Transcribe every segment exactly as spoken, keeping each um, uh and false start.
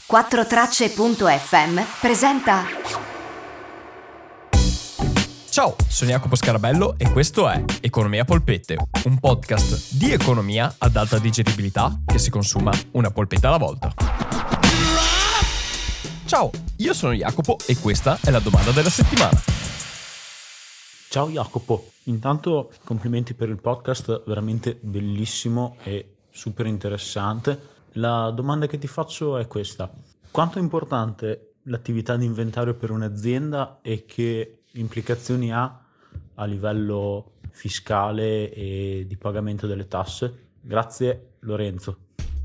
quattro tracce punto effe emme presenta. Ciao, sono Jacopo Scarabello e questo è Economia Polpette, un podcast di economia ad alta digeribilità che si consuma una polpetta alla volta. Ciao, io sono Jacopo e questa è la domanda della settimana. Ciao Jacopo, intanto complimenti per il podcast, veramente bellissimo e super interessante. La domanda che ti faccio è questa: quanto è importante l'attività di inventario per un'azienda e che implicazioni ha a livello fiscale e di pagamento delle tasse? Grazie Lorenzo.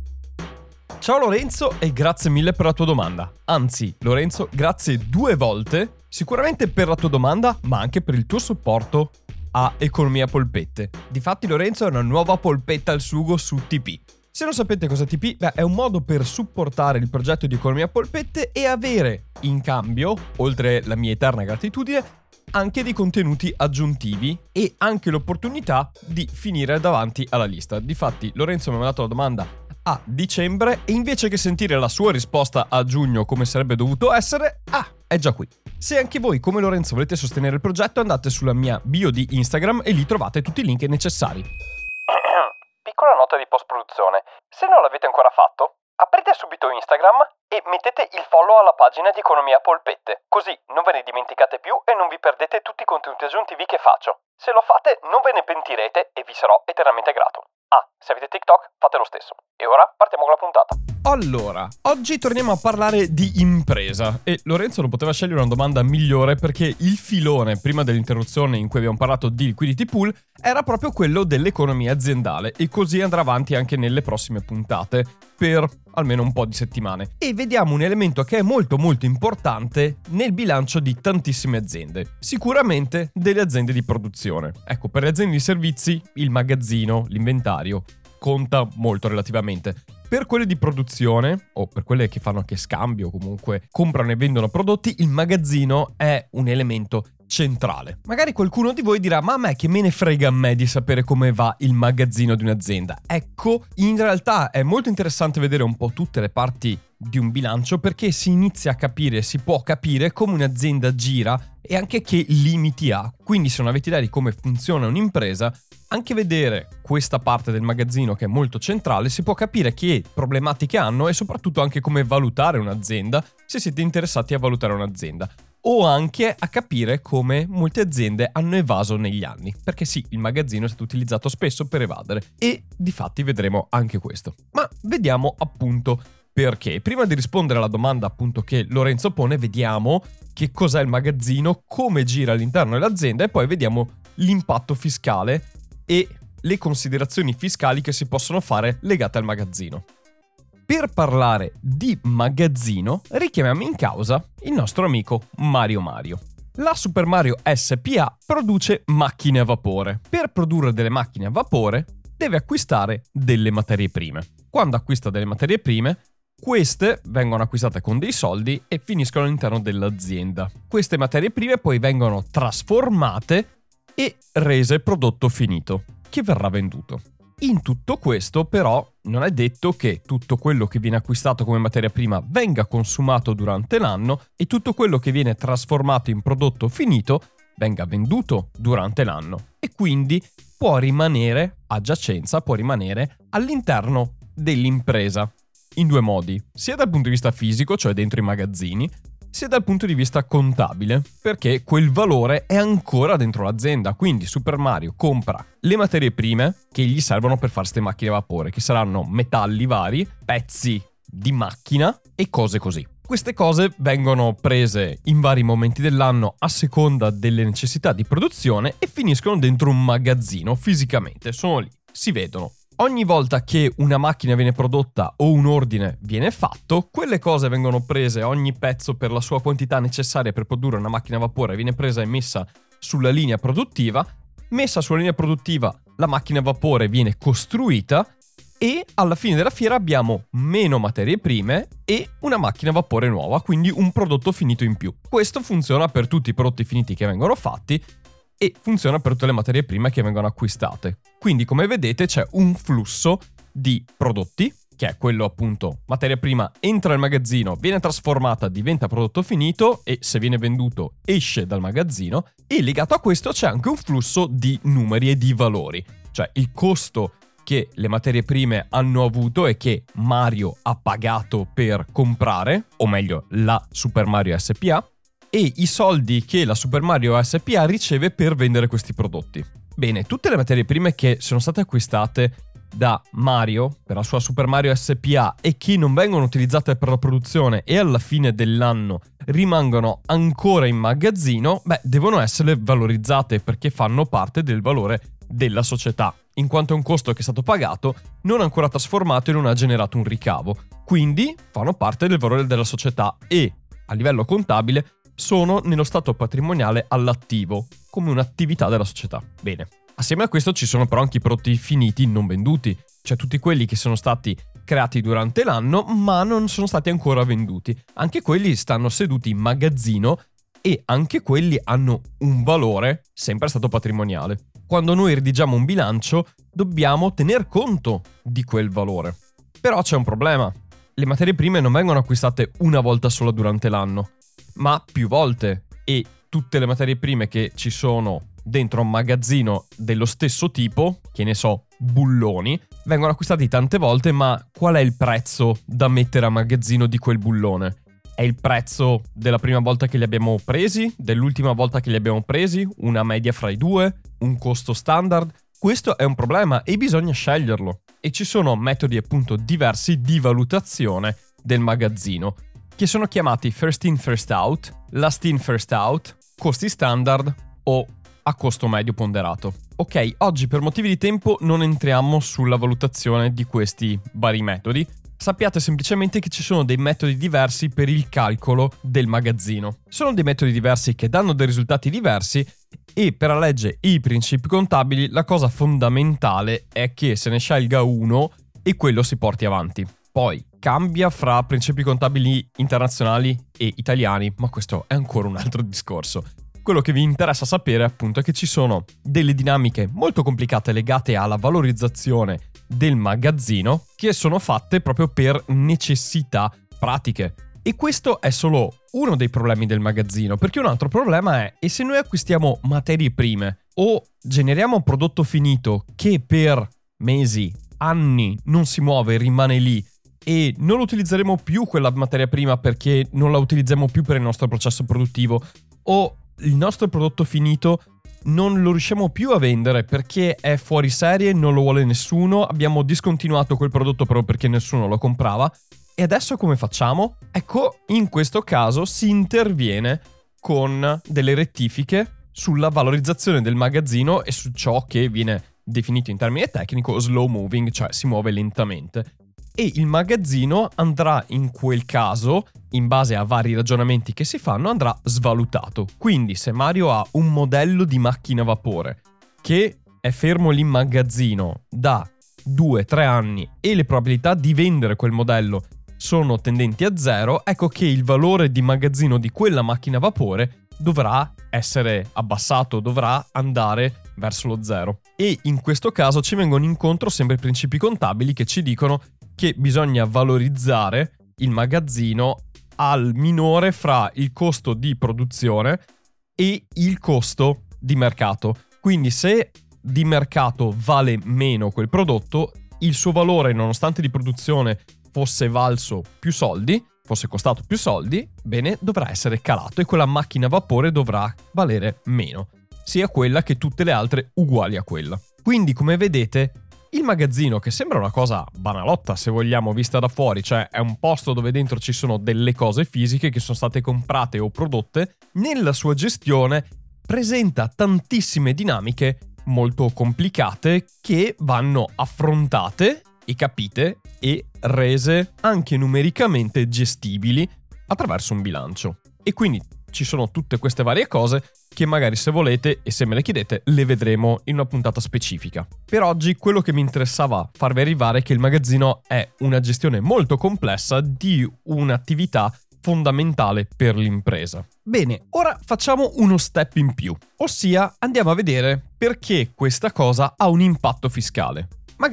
Ciao Lorenzo e grazie mille per la tua domanda. Anzi, Lorenzo, grazie due volte, sicuramente per la tua domanda, ma anche per il tuo supporto a Economia Polpette. Difatti Lorenzo è una nuova polpetta al sugo su T P. Se non sapete cosa T P, beh, è un modo per supportare il progetto di Economia Polpette e avere in cambio, oltre la mia eterna gratitudine, anche dei contenuti aggiuntivi e anche l'opportunità di finire davanti alla lista. Difatti Lorenzo mi ha mandato la domanda a dicembre e invece che sentire la sua risposta a giugno come sarebbe dovuto essere, ah, è già qui. Se anche voi come Lorenzo volete sostenere il progetto, andate sulla mia bio di Instagram e lì trovate tutti i link necessari. Piccola nota di post-produzione: se non l'avete ancora fatto, aprite subito Instagram e mettete il follow alla pagina di Economia Polpette, così non ve ne dimenticate più e non vi perdete tutti i contenuti aggiuntivi che faccio. Se lo fate non ve ne pentirete e vi sarò eternamente grato. Ah, se avete TikTok fate lo stesso. E ora partiamo con la puntata. Allora, oggi torniamo a parlare di impresa e Lorenzo non poteva scegliere una domanda migliore perché il filone prima dell'interruzione in cui abbiamo parlato di liquidity pool era proprio quello dell'economia aziendale e così andrà avanti anche nelle prossime puntate per almeno un po' di settimane. E vediamo un elemento che è molto molto importante nel bilancio di tantissime aziende, sicuramente delle aziende di produzione. Ecco, per le aziende di servizi il magazzino, l'inventario conta molto relativamente. Per quelle di produzione, o per quelle che fanno anche scambio, comunque comprano e vendono prodotti, il magazzino è un elemento centrale. Magari qualcuno di voi dirà: ma a me che me ne frega a me di sapere come va il magazzino di un'azienda? Ecco, in realtà è molto interessante vedere un po' tutte le parti di un bilancio perché si inizia a capire, si può capire come un'azienda gira e anche che limiti ha. Quindi se non avete idea di come funziona un'impresa, anche vedere questa parte del magazzino che è molto centrale si può capire che problematiche hanno e soprattutto anche come valutare un'azienda se siete interessati a valutare un'azienda. O anche a capire come molte aziende hanno evaso negli anni, perché sì, il magazzino è stato utilizzato spesso per evadere e difatti vedremo anche questo. Ma vediamo appunto perché. Prima di rispondere alla domanda appunto che Lorenzo pone, vediamo che cos'è il magazzino, come gira all'interno dell'azienda e poi vediamo l'impatto fiscale e le considerazioni fiscali che si possono fare legate al magazzino. Per parlare di magazzino, richiamiamo in causa il nostro amico Mario Mario. La Super Mario S P A produce macchine a vapore. Per produrre delle macchine a vapore deve acquistare delle materie prime. Quando acquista delle materie prime, queste vengono acquistate con dei soldi e finiscono all'interno dell'azienda. Queste materie prime poi vengono trasformate e rese prodotto finito, che verrà venduto. In tutto questo, però, non è detto che tutto quello che viene acquistato come materia prima venga consumato durante l'anno e tutto quello che viene trasformato in prodotto finito venga venduto durante l'anno e quindi può rimanere a giacenza, può rimanere all'interno dell'impresa in due modi, sia dal punto di vista fisico, cioè dentro i magazzini, sia dal punto di vista contabile, perché quel valore è ancora dentro l'azienda. Quindi Super Mario compra le materie prime che gli servono per fare queste macchine a vapore, che saranno metalli vari, pezzi di macchina e cose così. Queste cose vengono prese in vari momenti dell'anno a seconda delle necessità di produzione e finiscono dentro un magazzino fisicamente, sono lì, si vedono. Ogni volta che una macchina viene prodotta o un ordine viene fatto, quelle cose vengono prese, ogni pezzo per la sua quantità necessaria per produrre una macchina a vapore viene presa e messa sulla linea produttiva. Messa sulla linea produttiva, la macchina a vapore viene costruita e alla fine della fiera abbiamo meno materie prime e una macchina a vapore nuova, quindi un prodotto finito in più. Questo funziona per tutti i prodotti finiti che vengono fatti e funziona per tutte le materie prime che vengono acquistate. Quindi, come vedete, c'è un flusso di prodotti che è quello appunto materia prima, entra nel magazzino, viene trasformata, diventa prodotto finito e se viene venduto esce dal magazzino, e legato a questo c'è anche un flusso di numeri e di valori, cioè il costo che le materie prime hanno avuto e che Mario ha pagato per comprare, o meglio la Super Mario S P A, e i soldi che la Super Mario S P A riceve per vendere questi prodotti. Bene, tutte le materie prime che sono state acquistate da Mario per la sua Super Mario S P A e che non vengono utilizzate per la produzione e alla fine dell'anno rimangono ancora in magazzino, beh, devono essere valorizzate perché fanno parte del valore della società, in quanto è un costo che è stato pagato, non ancora trasformato e non ha generato un ricavo. Quindi fanno parte del valore della società e, a livello contabile, sono nello stato patrimoniale all'attivo, come un'attività della società. Bene. Assieme a questo ci sono però anche i prodotti finiti non venduti, cioè tutti quelli che sono stati creati durante l'anno ma non sono stati ancora venduti. Anche quelli stanno seduti in magazzino e anche quelli hanno un valore sempre stato patrimoniale. Quando noi redigiamo un bilancio dobbiamo tener conto di quel valore. Però c'è un problema. Le materie prime non vengono acquistate una volta sola durante l'anno, ma più volte, e tutte le materie prime che ci sono dentro un magazzino dello stesso tipo, che ne so, bulloni, vengono acquistati tante volte, ma qual è il prezzo da mettere a magazzino di quel bullone? È il prezzo della prima volta che li abbiamo presi? Dell'ultima volta che li abbiamo presi? Una media fra i due? Un costo standard? Questo è un problema e bisogna sceglierlo. E ci sono metodi appunto diversi di valutazione del magazzino, che sono chiamati first in first out, last in first out, costi standard o a costo medio ponderato. Ok, oggi per motivi di tempo non entriamo sulla valutazione di questi vari metodi. Sappiate semplicemente che ci sono dei metodi diversi per il calcolo del magazzino. Sono dei metodi diversi che danno dei risultati diversi e per la legge e i principi contabili la cosa fondamentale è che se ne scelga uno e quello si porti avanti. Poi cambia fra principi contabili internazionali e italiani, ma questo è ancora un altro discorso. Quello che vi interessa sapere appunto è che ci sono delle dinamiche molto complicate legate alla valorizzazione del magazzino che sono fatte proprio per necessità pratiche. E questo è solo uno dei problemi del magazzino, perché un altro problema è: e se noi acquistiamo materie prime o generiamo un prodotto finito che per mesi, anni non si muove, rimane lì e non lo utilizzeremo più quella materia prima perché non la utilizziamo più per il nostro processo produttivo, o il nostro prodotto finito non lo riusciamo più a vendere perché è fuori serie, non lo vuole nessuno, abbiamo discontinuato quel prodotto proprio perché nessuno lo comprava, e adesso come facciamo? Ecco, in questo caso si interviene con delle rettifiche sulla valorizzazione del magazzino e su ciò che viene definito in termine tecnico slow moving, cioè si muove lentamente. E il magazzino andrà in quel caso, in base a vari ragionamenti che si fanno, andrà svalutato. Quindi se Mario ha un modello di macchina a vapore che è fermo lì in magazzino da due tre anni e le probabilità di vendere quel modello sono tendenti a zero, ecco che il valore di magazzino di quella macchina a vapore dovrà essere abbassato, dovrà andare verso lo zero. E in questo caso ci vengono incontro sempre i principi contabili che ci dicono che bisogna valorizzare il magazzino al minore fra il costo di produzione e il costo di mercato. Quindi se di mercato vale meno quel prodotto, il suo valore, nonostante di produzione fosse valso più soldi, fosse costato più soldi, bene, dovrà essere calato e quella macchina a vapore dovrà valere meno, sia quella che tutte le altre uguali a quella. Quindi, come vedete, il magazzino, che sembra una cosa banalotta se vogliamo vista da fuori, cioè è un posto dove dentro ci sono delle cose fisiche che sono state comprate o prodotte, nella sua gestione presenta tantissime dinamiche molto complicate che vanno affrontate e capite e rese anche numericamente gestibili attraverso un bilancio. E quindi ci sono tutte queste varie cose che magari, se volete e se me le chiedete, le vedremo in una puntata specifica. Per oggi quello che mi interessava farvi arrivare è che il magazzino è una gestione molto complessa di un'attività fondamentale per l'impresa. Bene, ora facciamo uno step in più, ossia andiamo a vedere perché questa cosa ha un impatto fiscale. Magari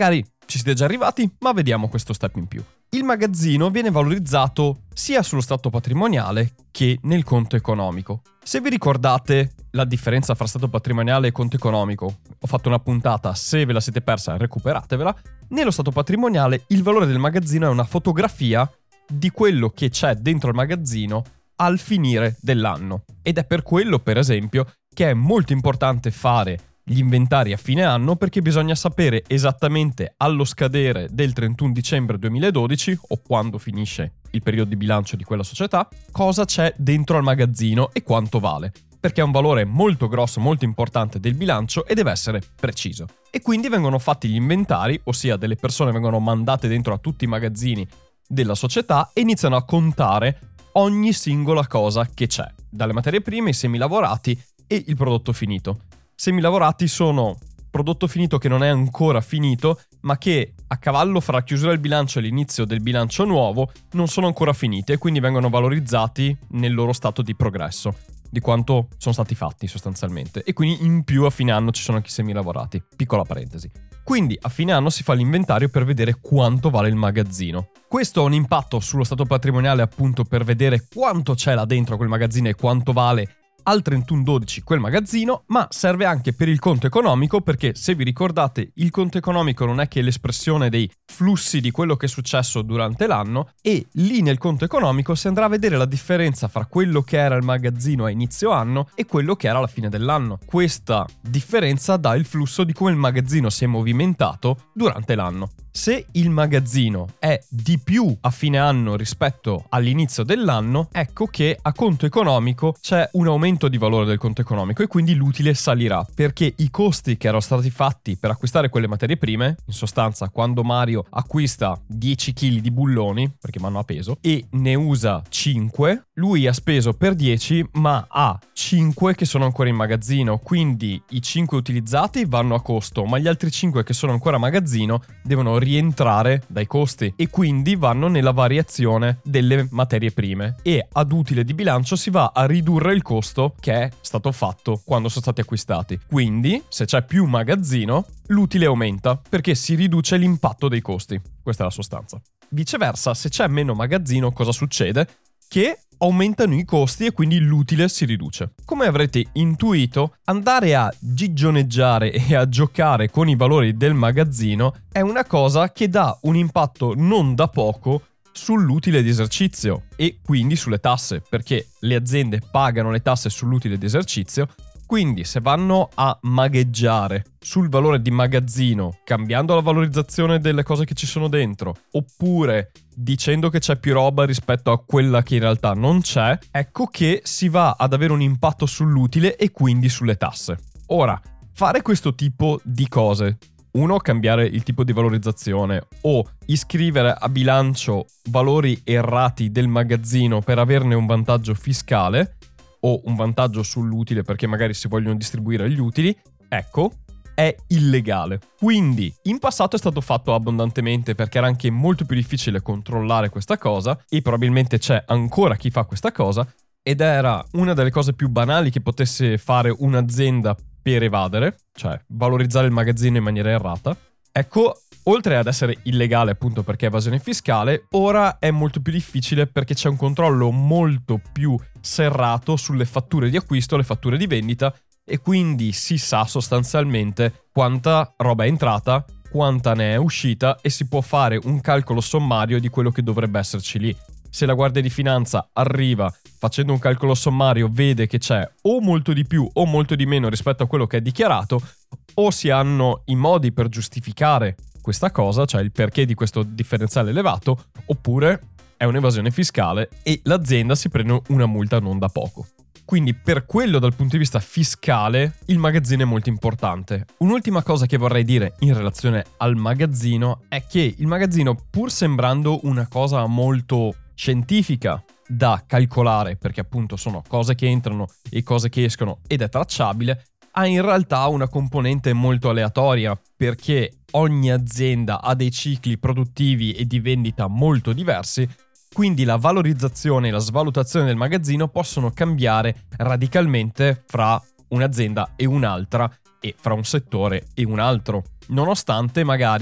ci siete già arrivati, ma vediamo questo step in più. Il magazzino viene valorizzato sia sullo stato patrimoniale che nel conto economico. Se vi ricordate la differenza fra stato patrimoniale e conto economico, ho fatto una puntata, se ve la siete persa recuperatevela. Nello stato patrimoniale il valore del magazzino è una fotografia di quello che c'è dentro il magazzino al finire dell'anno. Ed è per quello, per esempio, che è molto importante fare gli inventari a fine anno, perché bisogna sapere esattamente allo scadere del trentuno dicembre duemiladodici o quando finisce il periodo di bilancio di quella società cosa c'è dentro al magazzino e quanto vale, perché è un valore molto grosso, molto importante del bilancio e deve essere preciso. E quindi vengono fatti gli inventari, ossia delle persone vengono mandate dentro a tutti i magazzini della società e iniziano a contare ogni singola cosa che c'è, dalle materie prime, i semilavorati e il prodotto finito. Semilavorati sono prodotto finito che non è ancora finito, ma che a cavallo fra la chiusura del bilancio e l'inizio del bilancio nuovo non sono ancora finiti e quindi vengono valorizzati nel loro stato di progresso, di quanto sono stati fatti sostanzialmente. E quindi in più a fine anno ci sono anche i semilavorati. Piccola parentesi. Quindi a fine anno si fa l'inventario per vedere quanto vale il magazzino. Questo ha un impatto sullo stato patrimoniale appunto per vedere quanto c'è là dentro quel magazzino e quanto vale al trentuno dodici quel magazzino, ma serve anche per il conto economico, perché se vi ricordate il conto economico non è che l'espressione dei flussi di quello che è successo durante l'anno, e lì nel conto economico si andrà a vedere la differenza fra quello che era il magazzino a inizio anno e quello che era alla fine dell'anno. Questa differenza dà il flusso di come il magazzino si è movimentato durante l'anno. Se il magazzino è di più a fine anno rispetto all'inizio dell'anno, ecco che a conto economico c'è un aumento di valore del conto economico e quindi l'utile salirà, perché i costi che erano stati fatti per acquistare quelle materie prime, in sostanza quando Mario acquista dieci chili di bulloni, perché vanno a peso, e ne usa cinque, lui ha speso per dieci ma ha cinque che sono ancora in magazzino, quindi i cinque utilizzati vanno a costo, ma gli altri cinque che sono ancora a magazzino devono rientrare dai costi e quindi vanno nella variazione delle materie prime, e ad utile di bilancio si va a ridurre il costo che è stato fatto quando sono stati acquistati. Quindi se c'è più magazzino l'utile aumenta perché si riduce l'impatto dei costi. Questa è la sostanza. Viceversa, se c'è meno magazzino cosa succede? Che aumentano i costi e quindi l'utile si riduce. Come avrete intuito, andare a gigioneggiare e a giocare con i valori del magazzino è una cosa che dà un impatto non da poco sull'utile di esercizio e quindi sulle tasse, perché le aziende pagano le tasse sull'utile di esercizio. Quindi se vanno a magheggiare sul valore di magazzino, cambiando la valorizzazione delle cose che ci sono dentro, oppure dicendo che c'è più roba rispetto a quella che in realtà non c'è, ecco che si va ad avere un impatto sull'utile e quindi sulle tasse. Ora, fare questo tipo di cose, uno, cambiare il tipo di valorizzazione o iscrivere a bilancio valori errati del magazzino per averne un vantaggio fiscale, o un vantaggio sull'utile perché magari si vogliono distribuire gli utili, ecco, è illegale. Quindi in passato è stato fatto abbondantemente perché era anche molto più difficile controllare questa cosa e probabilmente c'è ancora chi fa questa cosa, ed era una delle cose più banali che potesse fare un'azienda per evadere, cioè valorizzare il magazzino in maniera errata. Ecco, oltre ad essere illegale appunto perché è evasione fiscale, ora è molto più difficile perché c'è un controllo molto più serrato sulle fatture di acquisto, le fatture di vendita, e quindi si sa sostanzialmente quanta roba è entrata, quanta ne è uscita e si può fare un calcolo sommario di quello che dovrebbe esserci lì. Se la Guardia di Finanza arriva facendo un calcolo sommario, vede che c'è o molto di più o molto di meno rispetto a quello che è dichiarato, o si hanno i modi per giustificare questa cosa, cioè il perché di questo differenziale elevato, oppure è un'evasione fiscale e l'azienda si prende una multa non da poco. Quindi per quello dal punto di vista fiscale il magazzino è molto importante. Un'ultima cosa che vorrei dire in relazione al magazzino è che il magazzino, pur sembrando una cosa molto scientifica da calcolare, perché appunto sono cose che entrano e cose che escono ed è tracciabile, ha in realtà una componente molto aleatoria, perché ogni azienda ha dei cicli produttivi e di vendita molto diversi, quindi la valorizzazione e la svalutazione del magazzino possono cambiare radicalmente fra un'azienda e un'altra e fra un settore e un altro, nonostante magari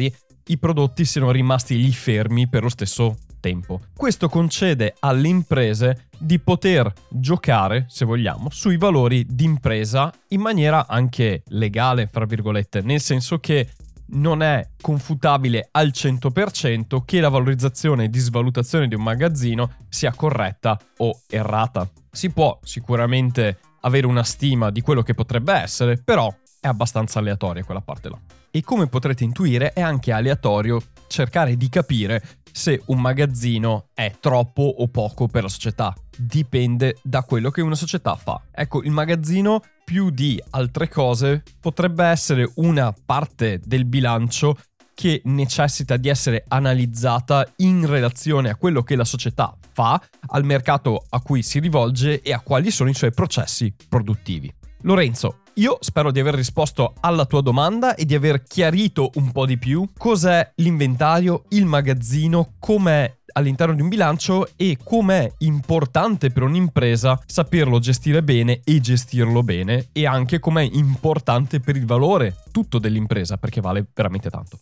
i prodotti siano rimasti lì fermi per lo stesso tempo. Questo concede alle imprese di poter giocare, se vogliamo, sui valori d'impresa in maniera anche legale, fra virgolette, nel senso che non è confutabile al cento per cento che la valorizzazione e disvalutazione di un magazzino sia corretta o errata. Si può sicuramente avere una stima di quello che potrebbe essere, però è abbastanza aleatoria quella parte là. E come potrete intuire è anche aleatorio cercare di capire se un magazzino è troppo o poco per la società. Dipende da quello che una società fa. Ecco, il magazzino più di altre cose potrebbe essere una parte del bilancio che necessita di essere analizzata in relazione a quello che la società fa, al mercato a cui si rivolge e a quali sono i suoi processi produttivi. Lorenzo, io spero di aver risposto alla tua domanda e di aver chiarito un po' di più cos'è l'inventario, il magazzino, com'è all'interno di un bilancio e com'è importante per un'impresa saperlo gestire bene e gestirlo bene, e anche com'è importante per il valore tutto dell'impresa, perché vale veramente tanto.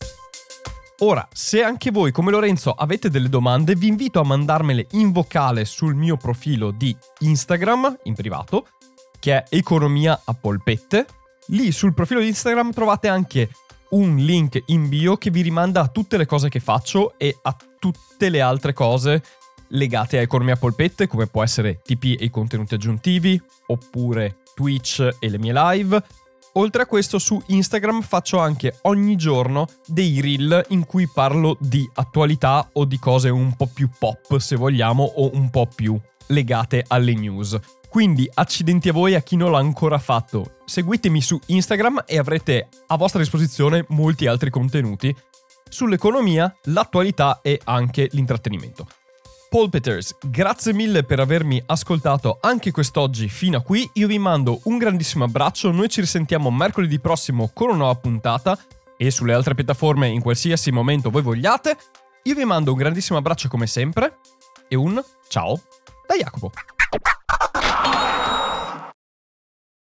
Ora, se anche voi come Lorenzo avete delle domande, vi invito a mandarmele in vocale sul mio profilo di Instagram in privato, che è Economia a Polpette. Lì sul profilo di Instagram trovate anche un link in bio che vi rimanda a tutte le cose che faccio e a tutte le altre cose legate a Economia a Polpette, come può essere T P e i contenuti aggiuntivi, oppure Twitch e le mie live. Oltre a questo, su Instagram faccio anche ogni giorno dei reel in cui parlo di attualità o di cose un po' più pop, se vogliamo, o un po' più legate alle news. Quindi accidenti a voi a chi non l'ha ancora fatto. Seguitemi su Instagram e avrete a vostra disposizione molti altri contenuti sull'economia, l'attualità e anche l'intrattenimento. Polpetters, grazie mille per avermi ascoltato anche quest'oggi fino a qui. Io vi mando un grandissimo abbraccio. Noi ci risentiamo mercoledì prossimo con una nuova puntata e sulle altre piattaforme in qualsiasi momento voi vogliate. Io vi mando un grandissimo abbraccio come sempre e un ciao da Jacopo.